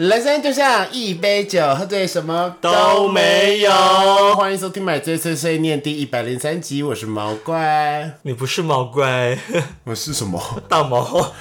人生就像一杯酒，喝醉什么都没有。 欢迎收听《买醉碎碎念》第103集，我是毛怪。 你不是毛怪， 我是什么？ 大毛。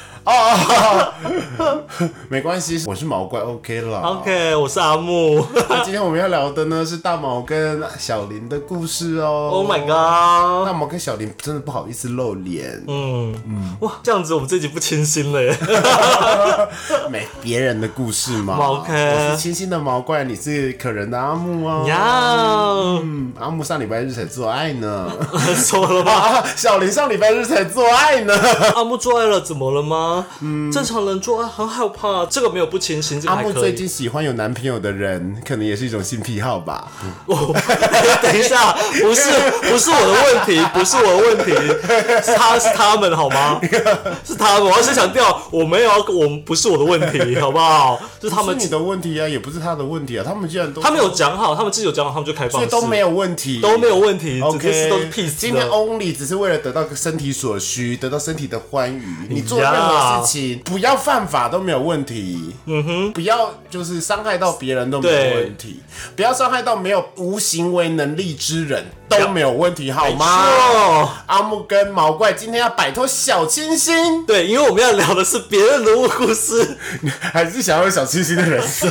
没关系，我是毛怪 ，OK 了。 OK， 我是阿木。 今天我们要聊的呢是大毛跟小林的故事哦。 Oh my god！ 大毛跟小林真的不好意思露脸。 哇，这样子我们这集不清新了耶。 没别人的故事嘛。 OK， 我是清新的毛怪，你是可人的阿木哦。阿木上礼拜日才做爱呢。 说了吧？ 小林上礼拜日才做爱呢。 阿木做爱了，怎么了吗？正常人做爱很害怕，这个没有不清新，这个还可以。 阿木最近喜欢有男朋友的人，可能也是一种性癖好吧。 等一下，不是我的问题，不是我的问题，是他们好吗？是他们，我要先强调，我不是我的问题，好不好？就是他们是你的问题啊，也不是他的问题啊。他们既然都他们有讲好，他们自己有讲好，他们就开放式， 所以都没有问题， 都没有问题。 OK， 都是 peace。 今天 only 只是为了得到身体所需，得到身体的欢愉。你做任何事情不要犯法都没有问题。不要就是伤害到别人都没有问题，不要伤害到没有无行为能力之人都没有问题，好吗？阿木跟毛怪今天要摆脱小清新， 对，因为我们要聊的是别人的故事， 还是想要有小清新的人设？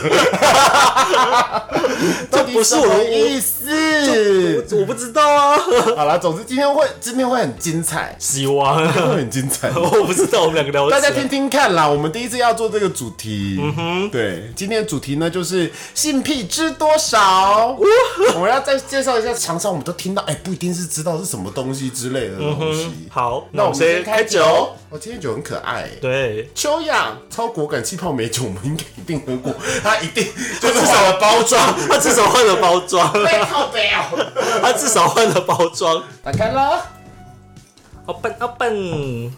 这不是我的意思， 我不知道啊。 好啦，总之今天会很精彩， 希望会很精彩。 我不知道，我们两个聊的， 大家听听看啦。我们第一次要做这个主题，对，今天的主题呢就是性癖知多少。我们要再介绍一下，常常我们都听到，不一定是知道是什么东西之类的东西。 好， 那我们先开酒。今天酒很可爱， 对， 秋雅超果敢气泡美酒，我们应该一定喝过，它一定就是换了包装， 它至少换了包装， 靠北哦， 它至少换了包装。 打开了， 好笨。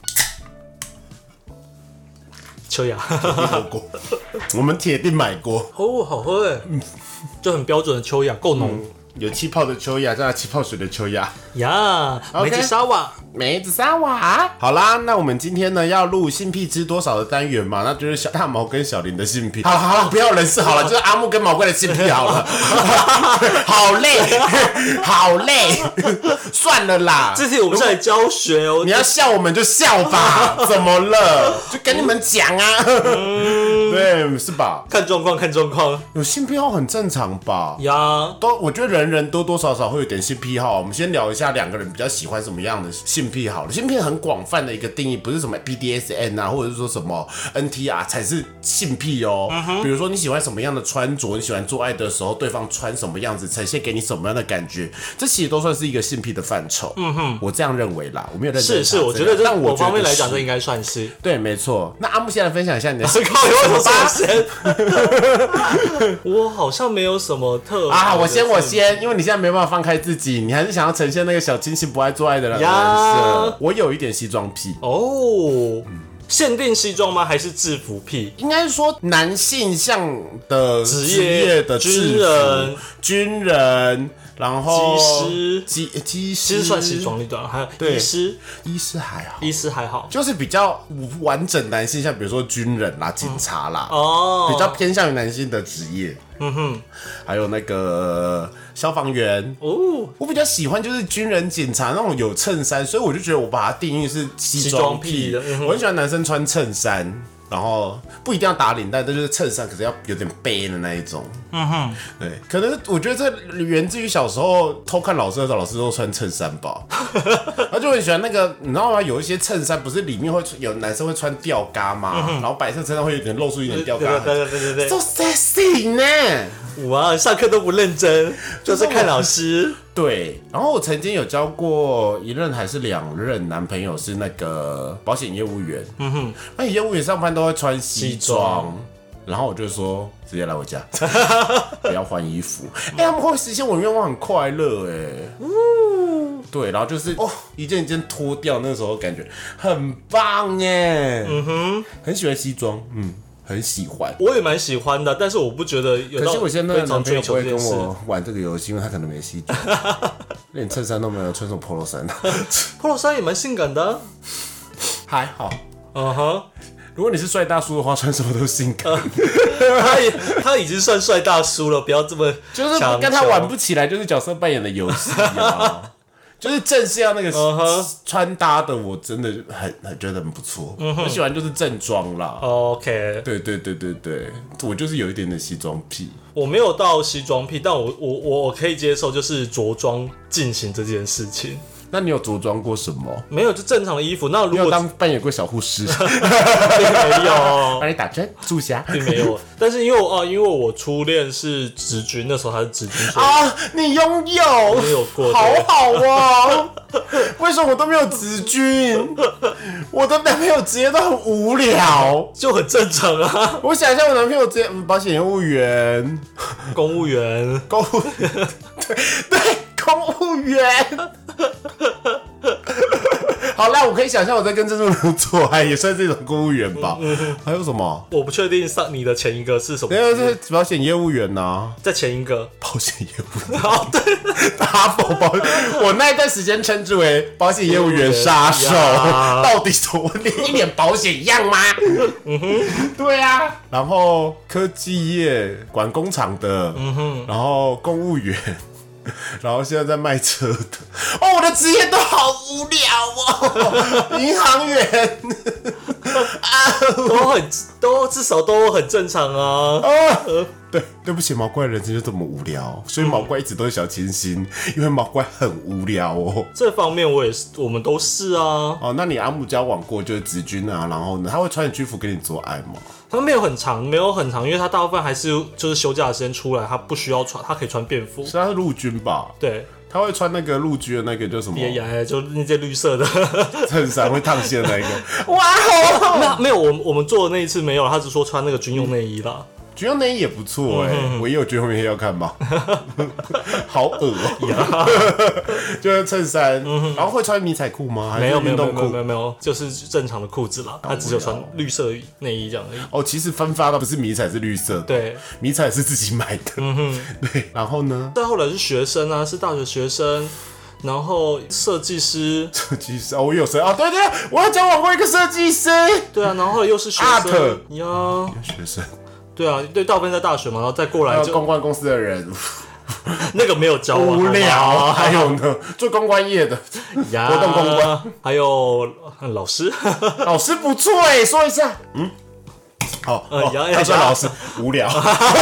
秋雅， 喝过，我们铁定买过。 哦，好喝哎，就很标准的秋雅，够浓。 有气泡的秋雅，加气泡水的秋雅呀，梅子沙瓦， 梅子沙瓦。好啦，那我们今天呢要录性癖知多少的单元嘛？那就是小大毛跟小林的性癖。好了，不要人事好了，就是阿木跟毛怪的性癖好了。好累，算了啦。 这题我们是来教学哦。 你要笑我们就笑吧，怎么了？就跟你们讲啊。对，是吧？ 看状况。 有性癖好很正常吧？ 呀， 我觉得人多多少少会有点性癖好。我们先聊一下两个人比较喜欢什么样的性癖好了。性癖很广泛的一个定义，不是什么 BDSM 啊，或者是说什么 NTR 才是性癖哦。比如说你喜欢什么样的穿着，你喜欢做爱的时候对方穿什么样子，呈现给你什么样的感觉，这其实都算是一个性癖的范畴。我这样认为啦，我没有认真是，我觉得这某方面来讲，这应该算是对， 没错。那阿木先来分享一下你的性癖我好像没有什么特啊，我先，因为你现在没办法放开自己，你还是想要呈现那个小清新不爱做爱的人设。我有一点西装癖哦。限定西装吗？还是制服癖？ 应该说男性向的职业的军人，然后机师， 其实算西装那段，还有医师还好， 就是比较完整男性，像比如说军人啦、警察啦，比较偏向于男性的职业。还有那个消防员哦，我比较喜欢就是军人、警察那种有衬衫，所以我就觉得我把它定义是西装癖的。我很喜欢男生穿衬衫，然后不一定要打领带，但就是衬衫，可是要有点背的那一种。对，可能我觉得这源自于小时候偷看老师的时候，老师都穿衬衫吧，然后就很喜欢那个，你知道吗？有一些衬衫不是里面会有男生会穿吊嘎嘛，然后白色衬衫会有点露出一点吊嘎， 对 ，so sexy 呢。 哇，上课都不认真，就是看老师。 对，然后我曾经有交过1任还是2任男朋友，是那个保险业务员。那业务员上班都会穿西装，然后我就说直接来我家，不要换衣服。他们会实现我的愿望，很快乐对，然后就是一件一件脱掉，那时候感觉很棒很喜欢西装，很喜欢， 我也蛮喜欢的，但是我不觉得有。 可是我现在的男朋友不会跟我玩这个游戏，因为他可能没西装，连衬衫都没有，穿什么 polo 衫？polo 衫也蛮性感的， 还好。 如果你是帅大叔的话，穿什么都性感。 他已经算帅大叔了，不要这么就是跟他玩不起来，就是角色扮演的游戏啊。就是正式要那个穿搭的，我真的很觉得很不错。我喜欢就是正装啦。 OK， 对，我就是有一点点西装癖。 我没有到西装癖，但我可以接受，就是着装进行这件事情。 那你有着装过什么？ 没有，就正常的衣服。那如果当扮演过小护士，并没有帮你打针、注虾， 并没有。但是因为我初恋是直军，那时候他是直军啊，你拥有， 我有过， 好好哦。为什么我都没有直军？我的男朋友职业都很无聊， 就很正常啊。 我想一下，我男朋友职业保险业务员、 公务员， 对，公务员。好啦，我可以想象我在跟这种人做爱，也算是一种公务员吧。还有什么？ 我不确定你的前一个是什么？ 没有，是保险业务员呐。 在前一个保险业务员。哦，对，我那一段时间称之为保险业务员杀手。到底什么？一脸保险一样吗？对啊。然后科技业管工厂的，然后公务员。然后现在在卖车的哦，我的职业都好无聊哦，银行员都至少都很正常啊。 对不起，毛怪的人生就这么无聊，所以毛怪一直都是小清新，因为毛怪很无聊哦。 这方面我们都是啊。 哦，那你阿姆交往过就是直军啊，然后呢，他会穿着军服跟你做爱吗？ 他没有很长，因为他大部分还是就是休假的时间出来，他不需要穿，他可以穿便服。 是他是陆军吧？ 对， 他会穿那个陆军的那个叫什么？ 别呀，就那件绿色的衬衫会烫线的那个。 哇哦！没有，我们做的那一次没有，他只说穿那个军用内衣啦。 军用内衣也不错我也有军用内衣要看吗？好恶哦！就是衬衫，然后会穿迷彩裤吗？ 没有，就是正常的裤子啦。他只有穿绿色内衣这样而已。 哦，其实分发的不是迷彩，是绿色的。 对， 迷彩是自己买的。对。然后呢？ 再后来是学生啊，是大学学生。然后设计师哦，我有谁啊？对，我有交往过一个设计师。 对啊，然后后来又是学生呀， 学生。 对啊，对，大部分在大学嘛，然后再过来就公关公司的人， 那个没有交往， 无聊。还有呢，做公关业的，活动公关， 还有老师， 老师不错说一下，他说老师无聊。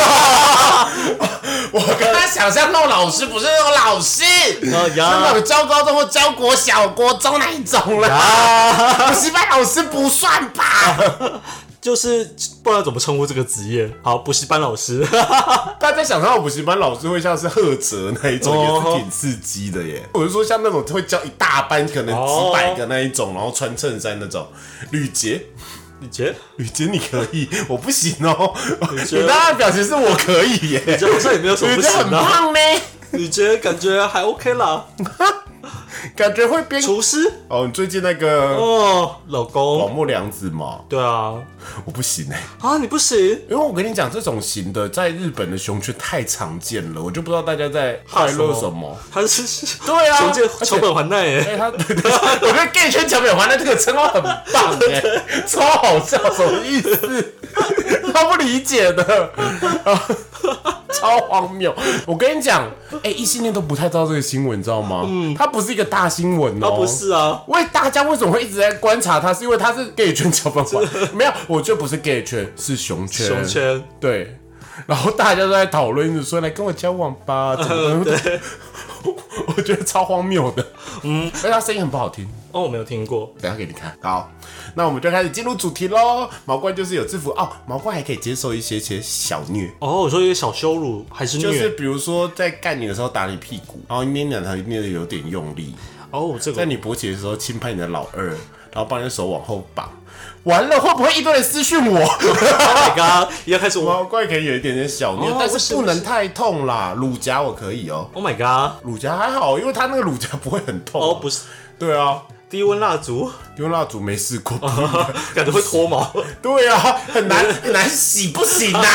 我跟他想象那种老师不是那种老师，是那种教高中或教国小、国中那一种啦。补习班老师不算吧？ 就是不然怎么称呼这个职业？好，补习班老师。 大家想象到补习班老师会像是赫哲那一种，也是挺刺激的耶。我是说像那种会教一大班，可能几百个那一种，然后穿衬衫那种。吕杰，你可以，我不行哦。你当然表情是我可以耶。 吕杰好像也没有什么不行啊。 吕杰很胖呢。 吕杰感觉还 OK 啦。 感觉会变厨师哦，你最近那个老公广末凉子嘛？ 对啊， 我不行你不行， 因为我跟你讲，这种型的在日本的熊圈太常见了，我就不知道大家在快乐什么。 他是对啊， 熊界桥本环奈我觉得 gay 圈桥本环奈这个称号很棒超好笑，什么意思？超不理解的。超荒谬！我跟你讲，异性恋都不太知道这个新闻，你知道吗？它不是一个大新闻不是啊。 大家为什么会一直在观察它？是因为它是 gay 圈桥本环？没有，我觉得不是 gay 圈，是熊圈。 熊圈对。然后大家都在讨论，说来跟我交往吧，怎么对。 我觉得超荒谬的，而且他声音很不好听。 我没有听过， 等一下给你看。好，那我们就开始进入主题咯。毛怪就是有制服毛怪还可以接受一些小虐。 我说一些小羞辱还是虐， 就是比如说在干你的时候打你屁股，然后捏两条捏的有点用力。 这个在你勃起的时候轻拍你的老二，然后把你的手往后绑。完了，会不会一堆人私讯我 ？Oh my god！ 要开始毛怪可以有一点点小虐，但是不能太痛啦。乳夹我可以 Oh my god！ 乳夹还好，因为它那个乳夹不会很痛。 不是。对啊。 低温蜡烛没试过， 感觉会脱毛。 对啊，很难洗，不行啊。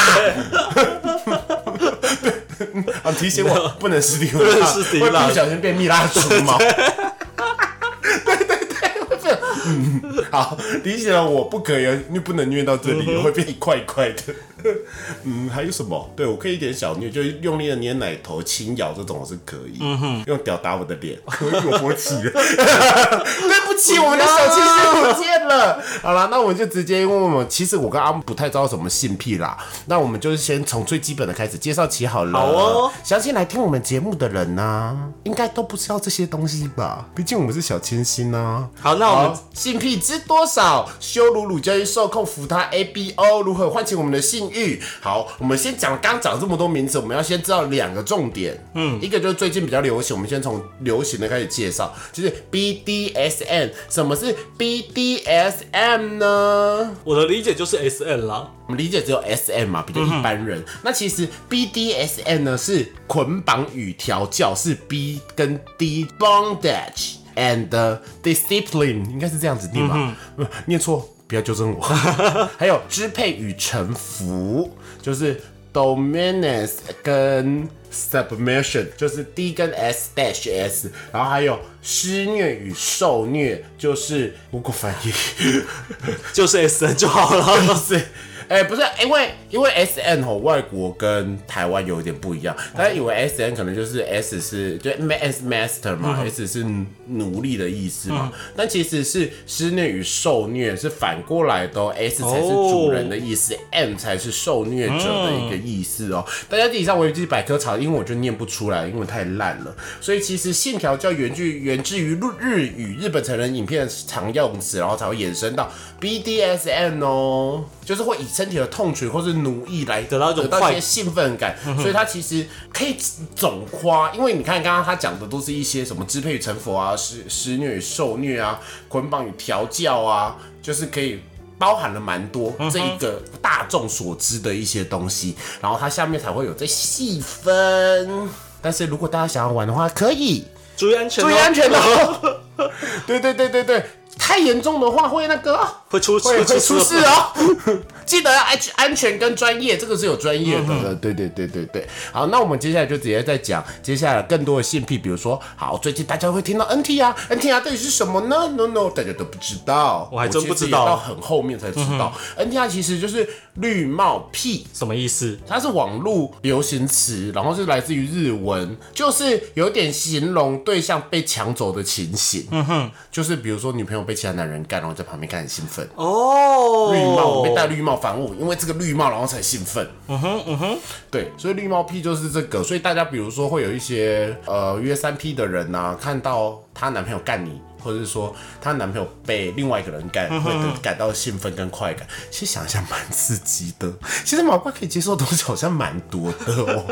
提醒我不能试低温蜡烛，会不小心变蜜蜡烛吗？对， 好，理解了，我不可以，你不能虐到这里，会变一块一块的。还有什么？对，我可以一点小虐，就是用力的捏奶头、轻咬这种我是可以。用屌打我的脸，可以，我勃起了。对不起，我们的小清新不见了。好了，那我们就直接，因为我们其实我跟阿木不太知道什么性癖啦，那我们就是先从最基本的开始介绍起好了。 好哦， 相信来听我们节目的人呢，应该都不知道这些东西吧？毕竟我们是小清新啊。 好，那我们性癖知多少？羞辱乳教育受控扶他 ABO 如何唤起我们的性欲？好，我们先讲，刚讲这么多名词，我们要先知道2个重点。一个就是最近比较流行，我们先从流行的开始介绍，就是 BDSM。什么是 BDSM 呢？ 我的理解就是 SM 啦。 我们理解只有 SM 嘛，比较一般人。那其实 BDSM 呢是捆绑与调教，是 B 跟 D bondage and discipline， 应该是这样子念吧？念错不要纠正我。还有支配与臣服，就是 dominance 跟 submission， 就是 D 跟 S-S， 然后还有施虐与受虐，就是如果翻译就是 SM 就好了。 是。不是，因为 SN 外国跟台湾有一点不一样，大家以为 SN 可能就是 S 是就 master 嘛，S 是奴隶的意思嘛，但其实是施虐与受虐是反过来的，S 才是主人的意思，M 才是受虐者的一个意思哦。大家自己上维基百科查，因为我就念不出来，因为太烂了，所以其实性调教源自于日语，日本成人影片的常用词，然后才会衍生到 BDSM 哦，就是会以身体的痛楚或是奴役来得到一些兴奋感，所以它其实可以总夸，因为你看刚刚他讲的都是一些什么支配与臣服啊、施虐与受虐啊、捆绑与调教啊，就是可以包含了蛮多这一个大众所知的一些东西，然后它下面才会有再细分。但是如果大家想要玩的话，可以注意安全， 注意安全哦。对。太严重的话会那个会出事哦，记得要安全跟专业，这个是有专业的。对。好，那我们接下来就直接再讲接下来更多的性癖，比如说，好，最近大家会听到 NTR 到底是什么呢 ？No， 大家都不知道， 我还真不知道， 到很后面才知道。NTR 其实就是绿帽癖， 什么意思？ 它是网络流行词，然后是来自于日文，就是有点形容对象被抢走的情形。就是比如说女朋友被其他男人干，然后在旁边看很兴奋哦。 绿帽被戴绿帽反我，因为这个绿帽然后才兴奋。对，所以绿帽癖就是这个。所以大家比如说会有一些约3P 的人啊，看到她男朋友干你，或者是说她男朋友被另外一个人干，会感到兴奋跟快感。其实想一下蛮刺激的。其实毛怪可以接受的东西好像蛮多的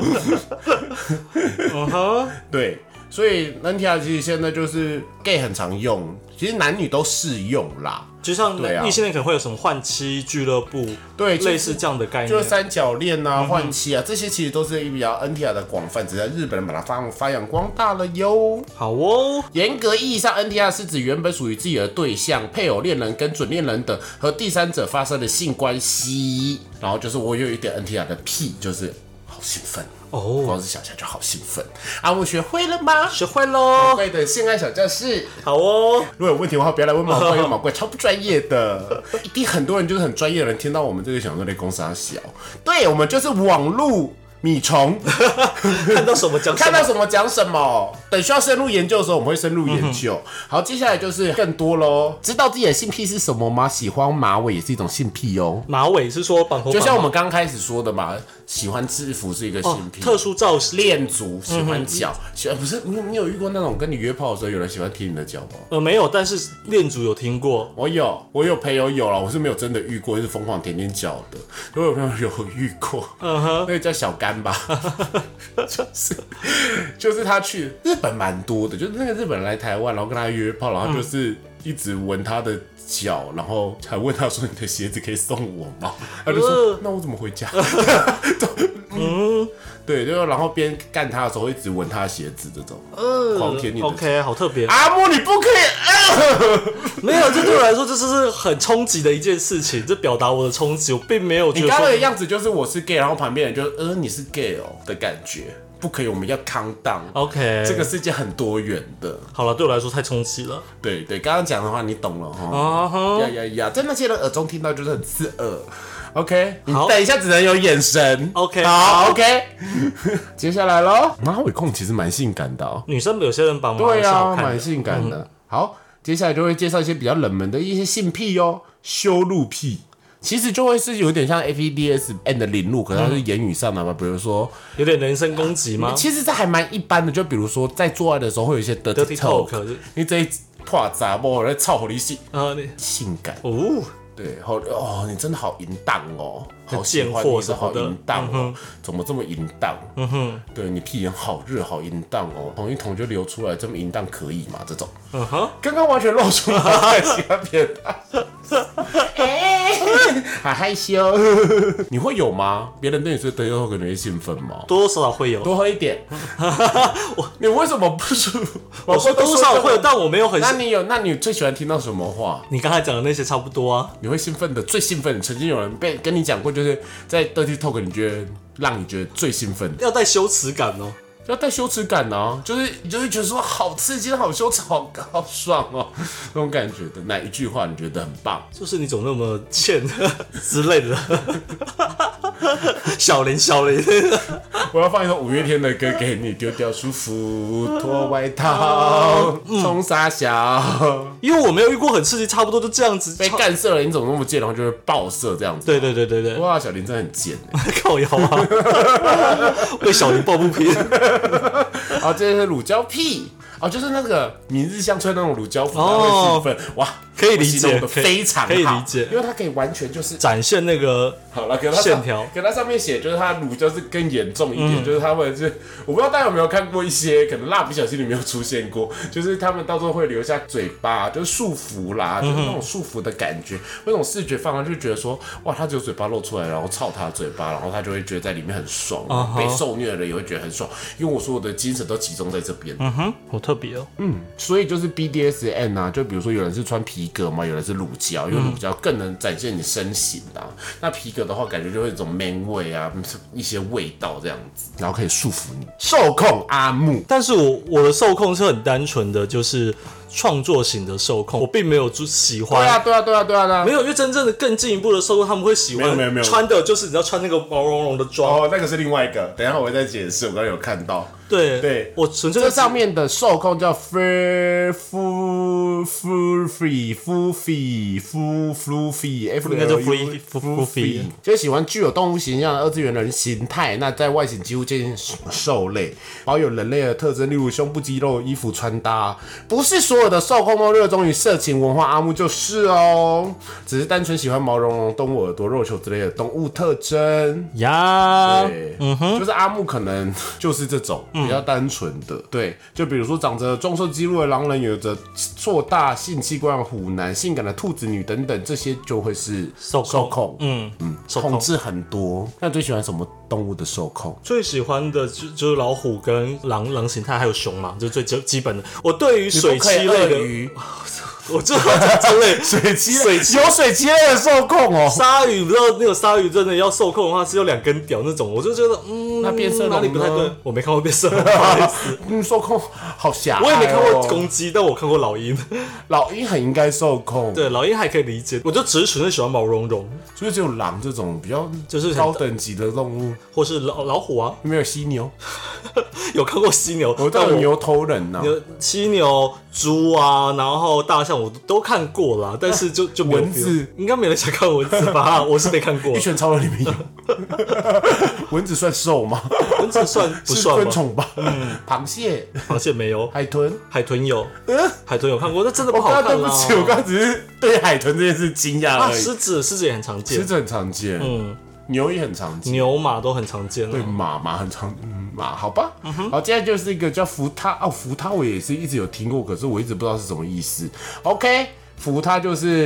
哦。对。所以 NTR 其实现在就是 gay 很常用，其实男女都适用啦。 就像异性恋可能会有什么换妻俱乐部， 对， 类似这样的概念， 就是三角恋啊、换妻啊，这些其实都是比较 NTR 的广泛，只是在日本人把它发扬光大了哟。 好哦， 严格意义上 ，NTR 是指原本属于自己的对象、配偶、恋人跟准恋人等和第三者发生的性关系。然后就是我有一点 NTR 的癖，就是好兴奋。光是想想就好兴奋。阿木学会了吗？ 学会喽。 毛怪的性爱小教室。 好哦。 如果有问题的话，不要来问毛怪，因为毛怪超不专业的。一定很多人就是很专业的人，听到我们这个想说在公司小，对我们就是网路米虫， 看到什么讲什么， 看到什么讲什么。等需要深入研究的时候，我们会深入研究。好，接下来就是更多咯。知道自己的性癖是什么吗？喜欢马尾也是一种性癖哦。 马尾是说绑头发， 就像我们刚开始说的嘛，喜欢制服是一个性癖， 特殊造型。 恋足喜欢脚，不是你有遇过那种跟你约炮的时候有人喜欢踢你的脚吗？ 没有，但是恋足有听过。 我有朋友有了，我是没有真的遇过，就是疯狂舔脚的。我有朋友有遇过，那个叫小甘吧，就是他去日本蛮多的，就是那个日本人来台湾，然后跟他约炮，然后就是一直闻他的脚，然后还问他说：“你的鞋子可以送我吗？”他就说：“那我怎么回家？”对，就然后边干他的时候会一直闻他的鞋子，这种狂舔你的。 OK， 好特别。 阿木，你不可以。 没有，这对我来说这是很冲击的一件事情，这表达我的冲击，我并没有觉得。 你刚刚的样子就是我是 gay， 然后旁边人就你是 gay 哦的感觉。 不可以，我们要 count down。OK， 这个世界很多元的。 好了，对我来说太冲击了。 对，刚刚讲的话你懂了哈。呀，在那些人耳中听到就是很刺耳。OK， 你等一下只能有眼神。 OK， 好 ，OK。接下来咯，马尾控其实蛮性感的女生有些人绑马尾是好看的，蛮性感的。好，接下来就会介绍一些比较冷门的一些性癖羞辱癖。其实就会是有点像 FEDSM 的领路，可是它是言语上的嘛，比如说有点人身攻击吗？ 其实这还蛮一般的，就比如说在做爱的时候会有一些 dirty talk， 因为这一破杂波在操火力性感哦。对，你真的好淫荡哦，好喜欢你是好淫荡哦，怎么这么淫荡？对你屁眼好热，好淫荡哦，捅一捅就流出来，这么淫荡可以吗？这种，刚刚完全露出来喜欢别人，好害羞。你会有吗？别人对你说得后可能会兴奋吗？ 多多少少会有， 多喝一点。你为什么不说？ 我说多少会有，但我没有很。 那你最喜欢听到什么话？ 你刚才讲的那些差不多啊。 你会兴奋的，最兴奋的，曾经有人跟你讲过，就是在 dirty talk， 你觉得让你觉得最兴奋的， 要带羞耻感哦， 要带羞耻感哦，你就会觉得说好刺激，好羞耻，好爽哦，那种感觉的哪一句话你觉得很棒？ 就是你怎么那么欠之类的。小林， 我要放一首五月天的歌给你，丢掉束缚，脱外套，冲傻笑。 因为我没有遇过很刺激，差不多就这样子。 被干射了，你怎么那么贱？然后就会爆射这样子。 对。 哇，小林真的很贱靠腰啊！为小林抱不平。 好，这是乳胶屁。就是那个明日香穿那种乳胶服，他会兴奋哇， 可以理解， 非常好， 可以理解， 因为它可以完全就是展现那个好了， 线条， 可它上面写就是它乳胶是更严重一点，就是他们我不知道大家有没有看过一些可能蜡笔小新里面有出现过，就是他们到时候会留下嘴巴，就是束缚啦，就是那种束缚的感觉，那种视觉放上去就觉得说哇，他只有嘴巴露出来，然后操他嘴巴，然后他就会觉得在里面很爽，被受虐的人也会觉得很爽，因为我所有的精神都集中在这边， 好特别哦， 所以就是 BDSM 啊，就比如说有人是穿皮革嘛，有人是乳胶，因为乳胶更能展现你身形的那皮革的话，感觉就会有一种 man 味啊，一些味道这样子，然后可以束缚你。受控阿木， 但是我的受控是很单纯的，就是创作型的受控，我并没有就喜欢。 对啊， 没有，因为真正的更进一步的受控，他们会喜欢没有穿的就是你知道穿那个毛茸茸的装。 那个是另外一个，等一下我会再解释，我刚刚有看到。 对，我纯粹这上面的受控叫 fluffy， 应该叫 fluffy， 就喜欢具有动物形象的二次元人形态，那在外形几乎接近兽类，保有人类的特征，例如胸部肌肉、衣服穿搭。不是所有的受控都热衷于色情文化，阿木就是哦，只是单纯喜欢毛茸茸、动物耳朵、肉球之类的动物特征呀。 对，就是阿木可能就是这种。比较单纯的，对，就比如说长着壮硕肌肉的狼人，有着硕大性器官的虎男，性感的兔子女等等，这些就会是受控。控制很多。那你最喜欢什么动物的受控？ 最喜欢的就是老虎跟狼形态，还有熊嘛，就是最基本的。我对于水栖类的鱼。我就要讲这类水栖有水栖类的受控哦。 鲨鱼，不知道那个鲨鱼真的要受控的话是有2根屌那种，我就觉得那变色龙哪里不太对？我没看过变色龙，不好意思。 受控好狭隘哦。 我也没看过公鸡，但我看过老鹰。 老鹰很应该受控。 对，老鹰还可以理解。我就只是纯粹喜欢毛茸茸， 所以只有狼这种比较就是高等级的动物， 或是老虎啊。 有没有犀牛？ 有看过犀牛， 我到牛头人呐。 犀牛、猪啊，然后大象我都看过啦，但是就没有蚊子， 应该没人想看蚊子吧？我是没看过。 一拳超人里面有蚊子算兽吗？ 蚊子算不算是昆虫吧？螃蟹没有， 海豚有，海豚有看过，那真的不好看啦。 对不起，我刚刚只是对海豚这件事惊讶而已。 狮子也很常见， 狮子很常见，牛也很常见， 牛马都很常见。 对，马很常，马好吧。好，接下来就是一个叫扶他扶他，我也是一直有听过，可是我一直不知道是什么意思。OK， 扶他就是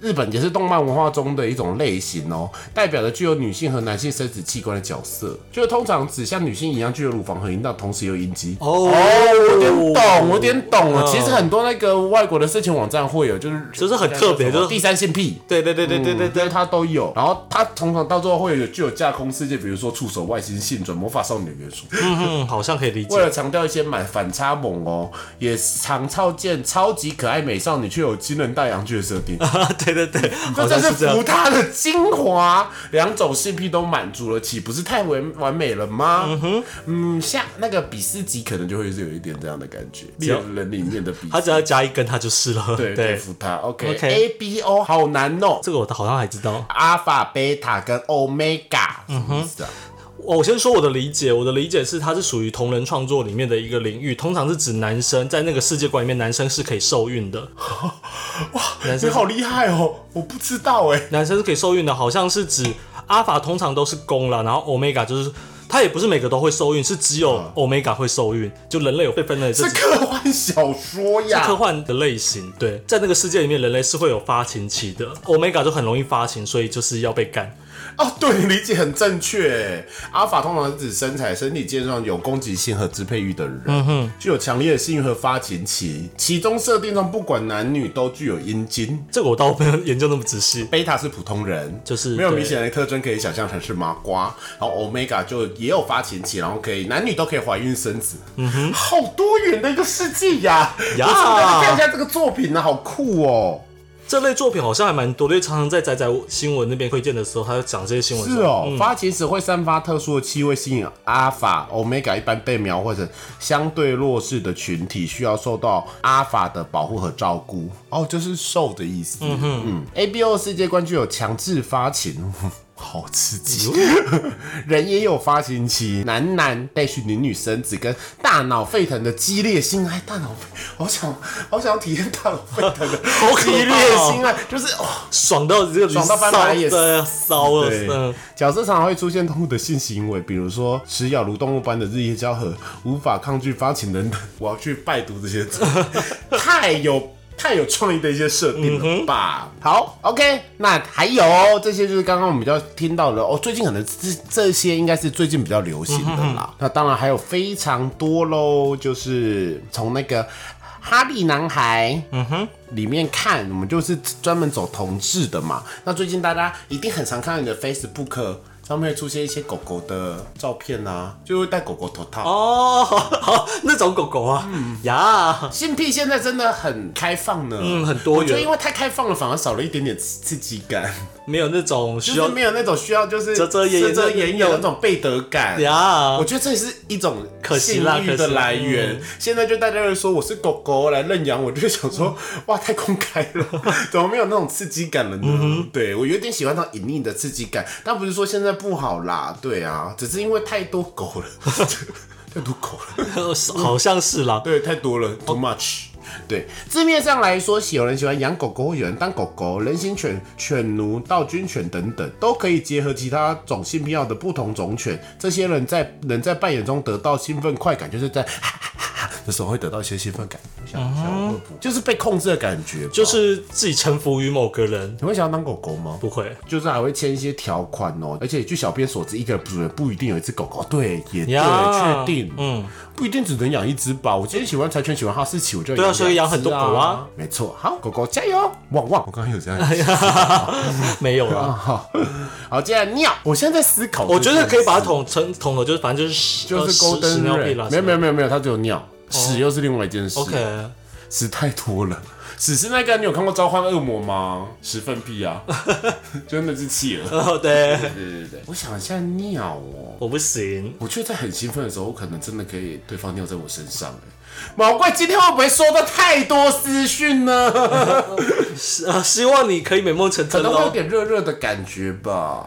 日本也是动漫文化中的一种类型哦，代表着具有女性和男性生殖器官的角色，就通常只像女性一样具有乳房和阴道，同时有阴茎。我有点懂了。其实很多那个外国的色情网站会有，就是很特别，就是第三性癖。对，它都有。然后它通常到最后会有具有架空世界，比如说触手、外星性转、魔法少女元素。 好像可以理解。 为了强调一些反差萌哦，也常操见超级可爱美少女却有惊人大阳具的设定。 对， 这真是服他的精华，两种性癖都满足了，岂不是太完美了吗？像那个比斯吉可能就会是有一点这样的感觉，猎人里面的比斯， 他只要加一根他就是了。 对，服他。OK，ABO 好难哦， 这个我好像还知道， 阿法、贝塔跟欧米伽，什么意思啊？ 我先说我的理解是它是属于同人创作里面的一个领域，通常是指男生在那个世界观里面，男生是可以受孕的。 哇，你好厉害哦！我不知道哎， 男生是可以受孕的，好像是指阿法通常都是公啦，然后欧米伽就是它也不是每个都会受孕，是只有欧米伽会受孕，就人类有被分类。 是科幻小说呀， 是科幻的类型。对，在那个世界里面，人类是会有发情期的，欧米伽就很容易发情，所以就是要被干。 对，你理解很正确。阿法通常是指身材、身体健壮、有攻击性和支配欲的人，具有强烈的性欲和发情期。其中设定上，不管男女都具有阴茎。 这个我倒没有研究那么仔细。 贝塔是普通人， 就是没有明显的特征，可以想象成是麻瓜。然后 Omega 就也有发情期，然后男女都可以怀孕生子。好多元的一个世界呀！看一下这个作品啊，好酷哦。 这类作品好像还蛮多的，因为常常在仔仔新闻那边推荐的时候，他就讲这些新闻。 是哦，发情时会散发特殊的气味，吸引阿法、Omega 一般被描绘成相对弱势的群体，需要受到阿法的保护和照顾。就是受的意思。ABO 世界观具有强制发情。好刺激！人也有发情期，男女生子跟大脑沸腾的激烈性爱，大脑好想体验大脑沸腾的激烈性爱，就是爽到这个爽到翻白眼， 烧了。 角色常常会出现动物的性行为，比如说吃药如动物般的日夜交合，无法抗拒发情等等。我要去拜读这些字，太有创意的一些设定了吧？好 ，OK， 那还有这些就是刚刚我们比较听到的最近可能这些应该是最近比较流行的啦。那当然还有非常多咯，就是从那个哈利男孩里面看，我们就是专门走同志的嘛。那最近大家一定很常看到你的 Facebook。上面会出现一些狗狗的照片啊，就会戴狗狗头套那种狗狗啊， 性癖现在真的很开放呢， 很多元。 我觉得因为太开放了，反而少了一点点刺激感， 没有那种需要， 就是没有那种需要就是遮掩的那种背德感我觉得这也是一种性欲的来源。现在就大家会说我是狗狗来认养，我就想说哇，太公开了，怎么没有那种刺激感了呢？对，我有点喜欢那种隐秘的刺激感，但不是说现在不好啦，对啊，只是因为太多狗了，太多狗了， 好像是啦， 对，太多了 ，too much。对，字面上来说，有人喜欢养狗狗，有人当狗狗，人形犬、犬奴、道军犬等等，都可以结合其他种性癖好的不同种犬。这些人能在扮演中得到兴奋快感，就是在的时候会得到一些兴奋感。就是被控制的感觉， 就是自己臣服于某个人。 你会想要当狗狗吗？ 不会， 就是还会签一些条款哦。而且据小编所知，一个主人不一定有一只狗狗。对，也对，确定。不一定只能养一只吧。我今天喜欢柴犬，喜欢哈士奇，我就对啊，所以养很多狗啊。 没错，好，狗狗加油，旺旺！我刚刚有这样， 没有了。 好，接下来尿，我现在在思考， 我觉得可以把它统合，就是反正就是屎尿屁啦。 没有，它只有尿，屎又是另外一件事。 OK， 屎太多了。屎是那个，你有看过《召唤恶魔》吗？屎粪屁啊，真的是企鹅。对，我想一下尿哦， 我不行。 我觉得在很兴奋的时候，我可能真的可以对方尿在我身上。毛怪今天会不会收到太多私讯呢？ 希望你可以美梦成真， 可能会有点热热的感觉吧。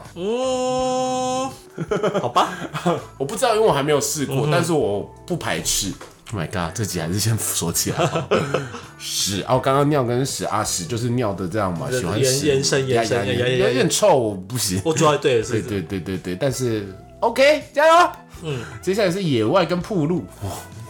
好吧， 我不知道，因为我还没有试过，但是我不排斥。Oh my god， 这集还是先说起来。屎刚刚尿跟屎屎就是尿的这样嘛，喜欢屎延伸， 有点臭，我不行。 我主要对， 但是 OK， 加油。接下来是野外跟暴露，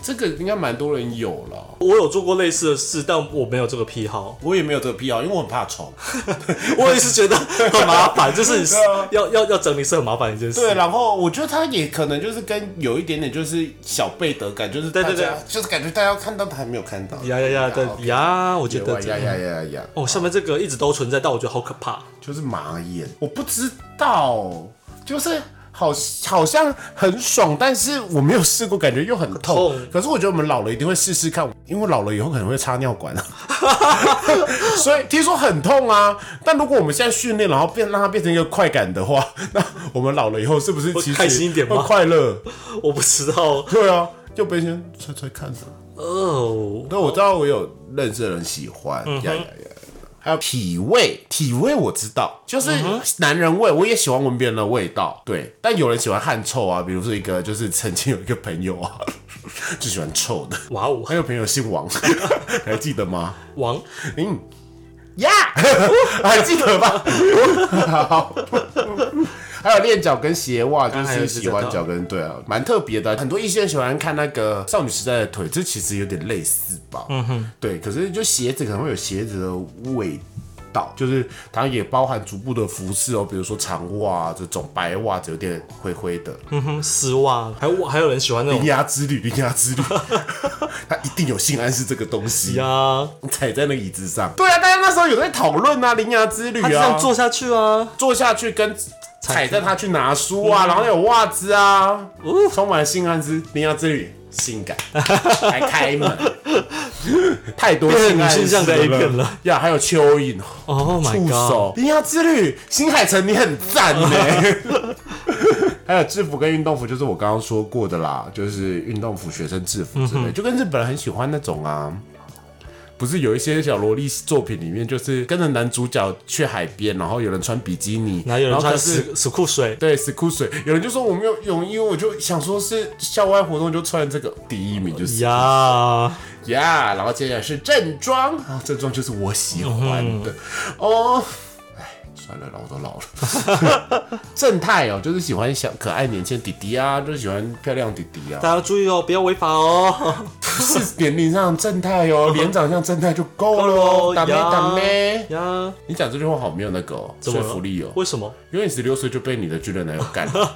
这个应该蛮多人有了。 我有做过类似的事，但我没有这个癖好。 我也没有这个癖好，因为我很怕虫。 我也是觉得很麻烦，就是要整理是很麻烦的一件事。 对，然后我觉得他也可能就是跟有一点点就是小背德感，就是大家就是感觉大家看到他还没有看到。 呀，我觉得呀。 哦，上面这个一直都存在，但我觉得好可怕。 就是马眼，我不知道，就是好像很爽，但是我没有试过，感觉又很痛。可是我觉得我们老了一定会试试看，因为老了以后可能会插尿管啊，所以听说很痛啊。但如果我们现在训练，然后让它变成一个快感的话，那我们老了以后是不是其实开心一点吗？ 会快乐？ 我不知道。 对啊，就别先猜看着。哦，对，我知道我有认识的人喜欢。还有体味我知道，就是男人味，我也喜欢闻别人的味道，对。但有人喜欢汗臭啊，比如说就是曾经有一个朋友啊，就喜欢臭的。哇哦，还有朋友姓王，还记得吗？ 王， 呀，还记得吧？好。还有练脚跟鞋袜，就是喜欢脚跟，对啊，蛮特别的。很多异性人喜欢看那个少女时代的腿，这其实有点类似吧。对，可是就鞋子可能会有鞋子的味道，就是它也包含足部的服饰哦，比如说长袜这种白袜子，有点灰灰的。 丝袜，还有人喜欢那种铃芽之旅，它一定有性暗示这个东西呀。 踩在那个椅子上，对啊，大家那时候有在讨论啊，铃芽之旅啊， 他这样坐下去啊， 坐下去跟。踩着它去拿书啊，然后有袜子啊，充满性暗示，铃芽之旅，性感，还开门，太多性暗示的 A 片了呀，还有蚯蚓 ，Oh my god， 铃芽之旅，新海诚你很赞呢。还有制服跟运动服，就是我刚刚说过的啦，就是运动服、学生制服之类，就跟日本人很喜欢那种啊。不是有一些小萝莉作品里面，就是跟着男主角去海边，然后有人穿比基尼， 然后有人穿死裤水， 对，死裤水。有人就说我没有泳衣，我就想说是校外活动就穿这个，第一名就是呀。然后接下来是正装，正装就是我喜欢的哦。算了，我都老了。正太哦，就是喜欢小可爱年轻弟弟啊，就是喜欢漂亮弟弟啊。 大家要注意哦，不要违法哦。 不是年龄上正太哦，脸长像正太就够了哦。打咩呀！你讲这句话好没有那个说服力哦。 为什么？ 因为你16岁就被你的军人男友干了。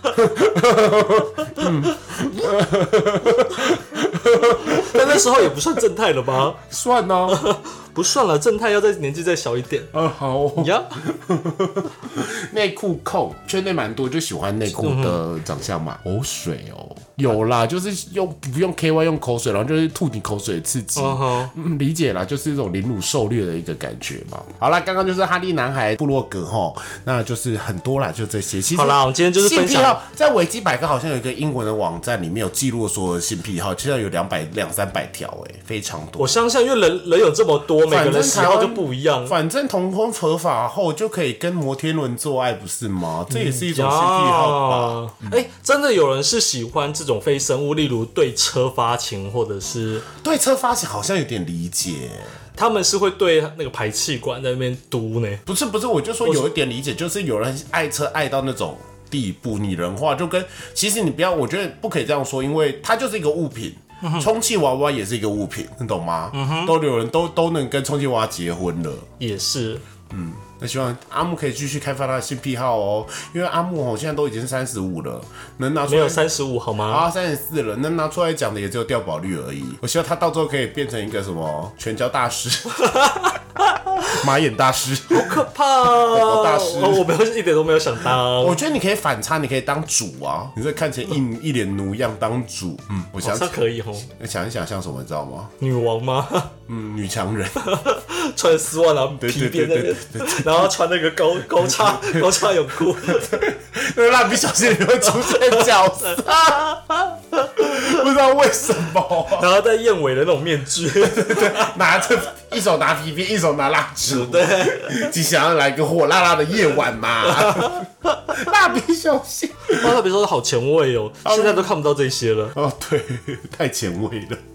但那时候也不算正太了吧？ 算啊。 不算了，正太要年纪再小一点。 好呀。 内裤控圈内蛮多，就喜欢内裤的长相嘛。口水哦，有啦，就是不用 KY 用口水，然后就是吐你口水的刺激。理解啦，就是这种凌辱狩猎的一个感觉嘛。好啦，刚刚就是哈利男孩部落格齁，那就是很多啦，就这些。其实好啦，我们今天就是分享在维基百科好像有一个英文的网站，里面有记录所有的性癖好，现在有200-300条，非常多。 我相信，因为人有这么多。每个人喜好就不一样， 反正同婚合法后就可以跟摩天轮做爱，不是吗？这也是一种性癖好吧？ 真的有人是喜欢这种非生物，例如对车发情，或者是对车发情，好像有点理解。 他们是会对那个排气管在那边嘟呢？ 不是，我就说有一点理解，就是有人爱车爱到那种地步，拟人化，就跟其实你不要，我觉得不可以这样说，因为它就是一个物品。充气娃娃也是一个物品，你懂吗？都有人都能跟充气娃娃结婚了， 也是。 那希望阿木可以继续开发他的性癖好哦，因为阿木现在都已经35了，能拿出来没有35好吗 ？34了，能拿出来讲的也只有掉保率而已。我希望他到最后可以变成一个什么全交大师。马眼大师， 好可怕哦！ 大师， 我没有一点都没有想当。 我觉得你可以反差，你可以当主啊！你这看起来一脸奴样当主，我想好像可以哦。 想一想像什么，你知道吗？ 女王吗？ 女强人， 穿丝袜然后皮鞭那个，然后穿那个高叉泳裤， 那蜡笔小新里面会出现角色，不知道为什么。 然后戴燕尾的那种面具， 对，拿着一手拿皮鞭，一手拿蜡烛，对，只想要来个火辣辣的夜晚嘛。蜡笔小新， 蜡笔小新好前卫哦，现在都看不到这些了。 对，太前卫了。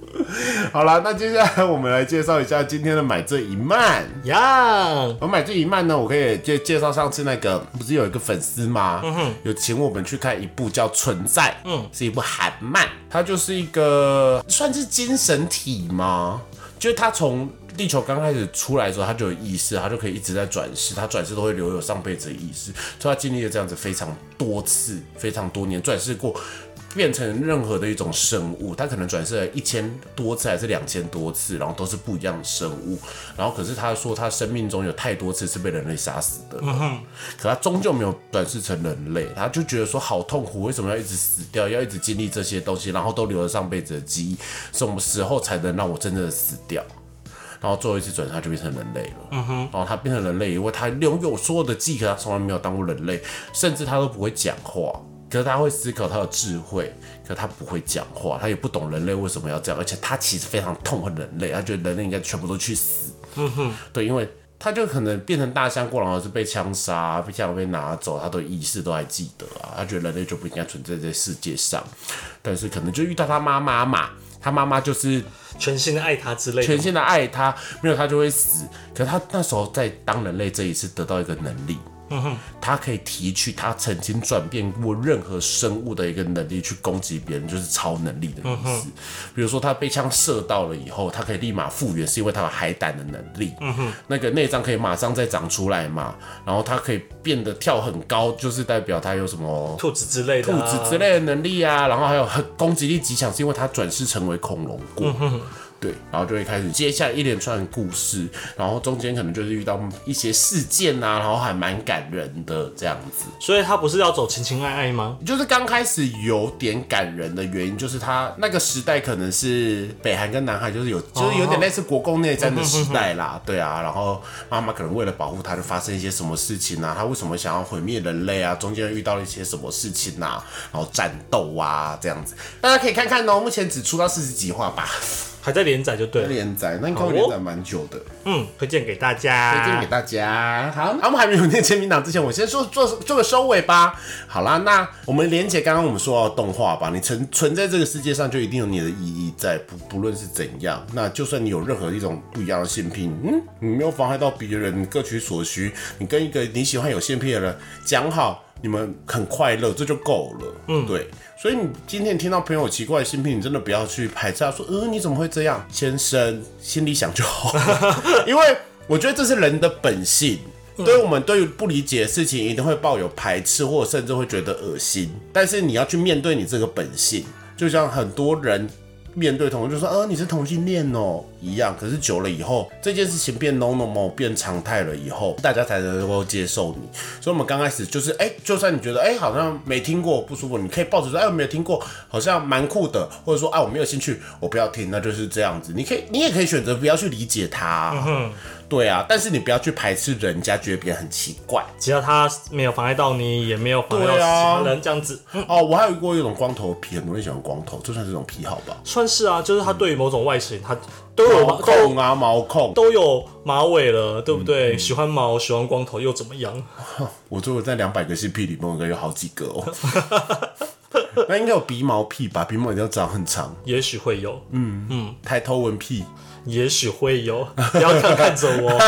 好啦，那接下来我们来介绍一下今天的买醉一漫呀。 我买醉一漫呢，我可以介绍上次那个不是有一个粉丝吗？有请我们去看一部叫《存在》，是一部韩漫，它就是一个算是精神体吗？就是他从地球刚开始出来的时候，他就有意识，他就可以一直在转世，他转世都会留有上辈子的意识，所以他经历了这样子非常多次、非常多年，转世过。变成任何的一种生物，它可能转世了1000多次还是2000多次，然后都是不一样的生物。然后可是他说他生命中有太多次是被人类杀死的，可他终究没有转世成人类，他就觉得说好痛苦，为什么要一直死掉，要一直经历这些东西，然后都留了上辈子的记忆，什么时候才能让我真正的死掉？然后最后一次转世他就变成人类了，然后他变成人类，因为他拥有所有的记忆，可他从来没有当过人类，甚至他都不会讲话。可是他会思考，他有智慧，可是他不会讲话，他也不懂人类为什么要这样，而且他其实非常痛恨人类，他觉得人类应该全部都去死。对，因为他就可能变成大象过，然后是被枪杀、被枪被拿走，他的意识都还记得啊，他觉得人类就不应该存在在世界上，但是可能就遇到他妈妈嘛，他妈妈就是全心的爱他之类的， 全心的爱他，没有他就会死。可是他那时候在当人类这一次得到一个能力。他可以提取他曾经转变过任何生物的一个能力去攻击别人，就是超能力的意思。比如说他被枪射到了以后，他可以立马复原，是因为他有海胆的能力。那个内脏可以马上再长出来嘛，然后他可以变得跳很高，就是代表他有什么兔子之类的、 兔子之类的能力啊，然后还有攻击力极强，是因为他转世成为恐龙过。对，然后就会开始接下来一连串的故事，然后中间可能就是遇到一些事件啊，然后还蛮感人的这样子。 所以他不是要走情情爱爱吗？ 就是刚开始有点感人的原因，就是他那个时代可能是北韩跟南韩，就是有点类似国共内战的时代啦，对啊。然后妈妈可能为了保护他，就发生一些什么事情啊？他为什么想要毁灭人类啊？中间遇到了一些什么事情啊？然后战斗啊这样子，大家可以看看哦。目前只出到40几话吧。 还在连载就对了， 连载，那应该会连载蛮久的。 推荐给大家， 推荐给大家。好，我们还没有念签名档之前，我先做个收尾吧。好啦，那我们连结刚刚我们说到动画吧，你存在这个世界上就一定有你的意义在，不论是怎样。那就算你有任何一种不一样的性癖，你没有妨害到别人，你各取所需，你跟一个你喜欢有性癖的人讲好，你们很快乐，这就够了。对。所以你今天听到朋友有奇怪的性癖，你真的不要去排斥他说，你怎么会这样？先生心里想就好了，因为我觉得这是人的本性。对于我们对于不理解的事情，一定会抱有排斥，或者甚至会觉得恶心。但是你要去面对你这个本性，就像很多人面对同就说，你是同性恋哦一样。可是久了以后，这件事情变 normal 变常态了以后，大家才能够接受你。所以我们刚开始就是，就算你觉得好像没听过不舒服，你可以抱着说，我没有听过，好像蛮酷的，或者说我没有兴趣，我不要听，那就是这样子。你也可以选择不要去理解它。对啊，但是你不要去排斥人家，觉得别人很奇怪。 只要他没有妨碍到你，也没有妨碍到其他人，这样子。 我还有过一种光头癖，很多人喜欢光头，这算是一种癖好吧？ 算是啊，就是他对于某种外形，他都有毛控啊，毛控都有马尾了，对不对？喜欢毛，喜欢光头又怎么样？ 我觉得在200个性癖里面，应该有好几个哦。那应该有鼻毛癖吧？鼻毛一定要长很长， 也许会有。 抬头纹癖。 也许会有，不要看着我。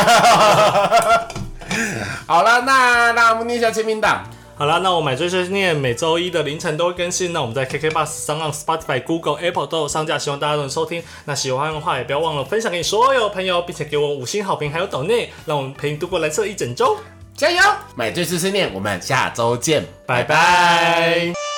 好了，那我们念一下签名档。 好啦，那我买醉碎念每周一的凌晨都会更新。那我们在 KKBOX、SoundOn、Spotify、Google、Apple 都有上架，希望大家都能收听。那喜欢的话，也不要忘了分享给你所有朋友，并且给我5星好评，还有抖内，让我们陪你度过蓝色一整周。 加油！买醉碎念，我们下周见， 拜拜。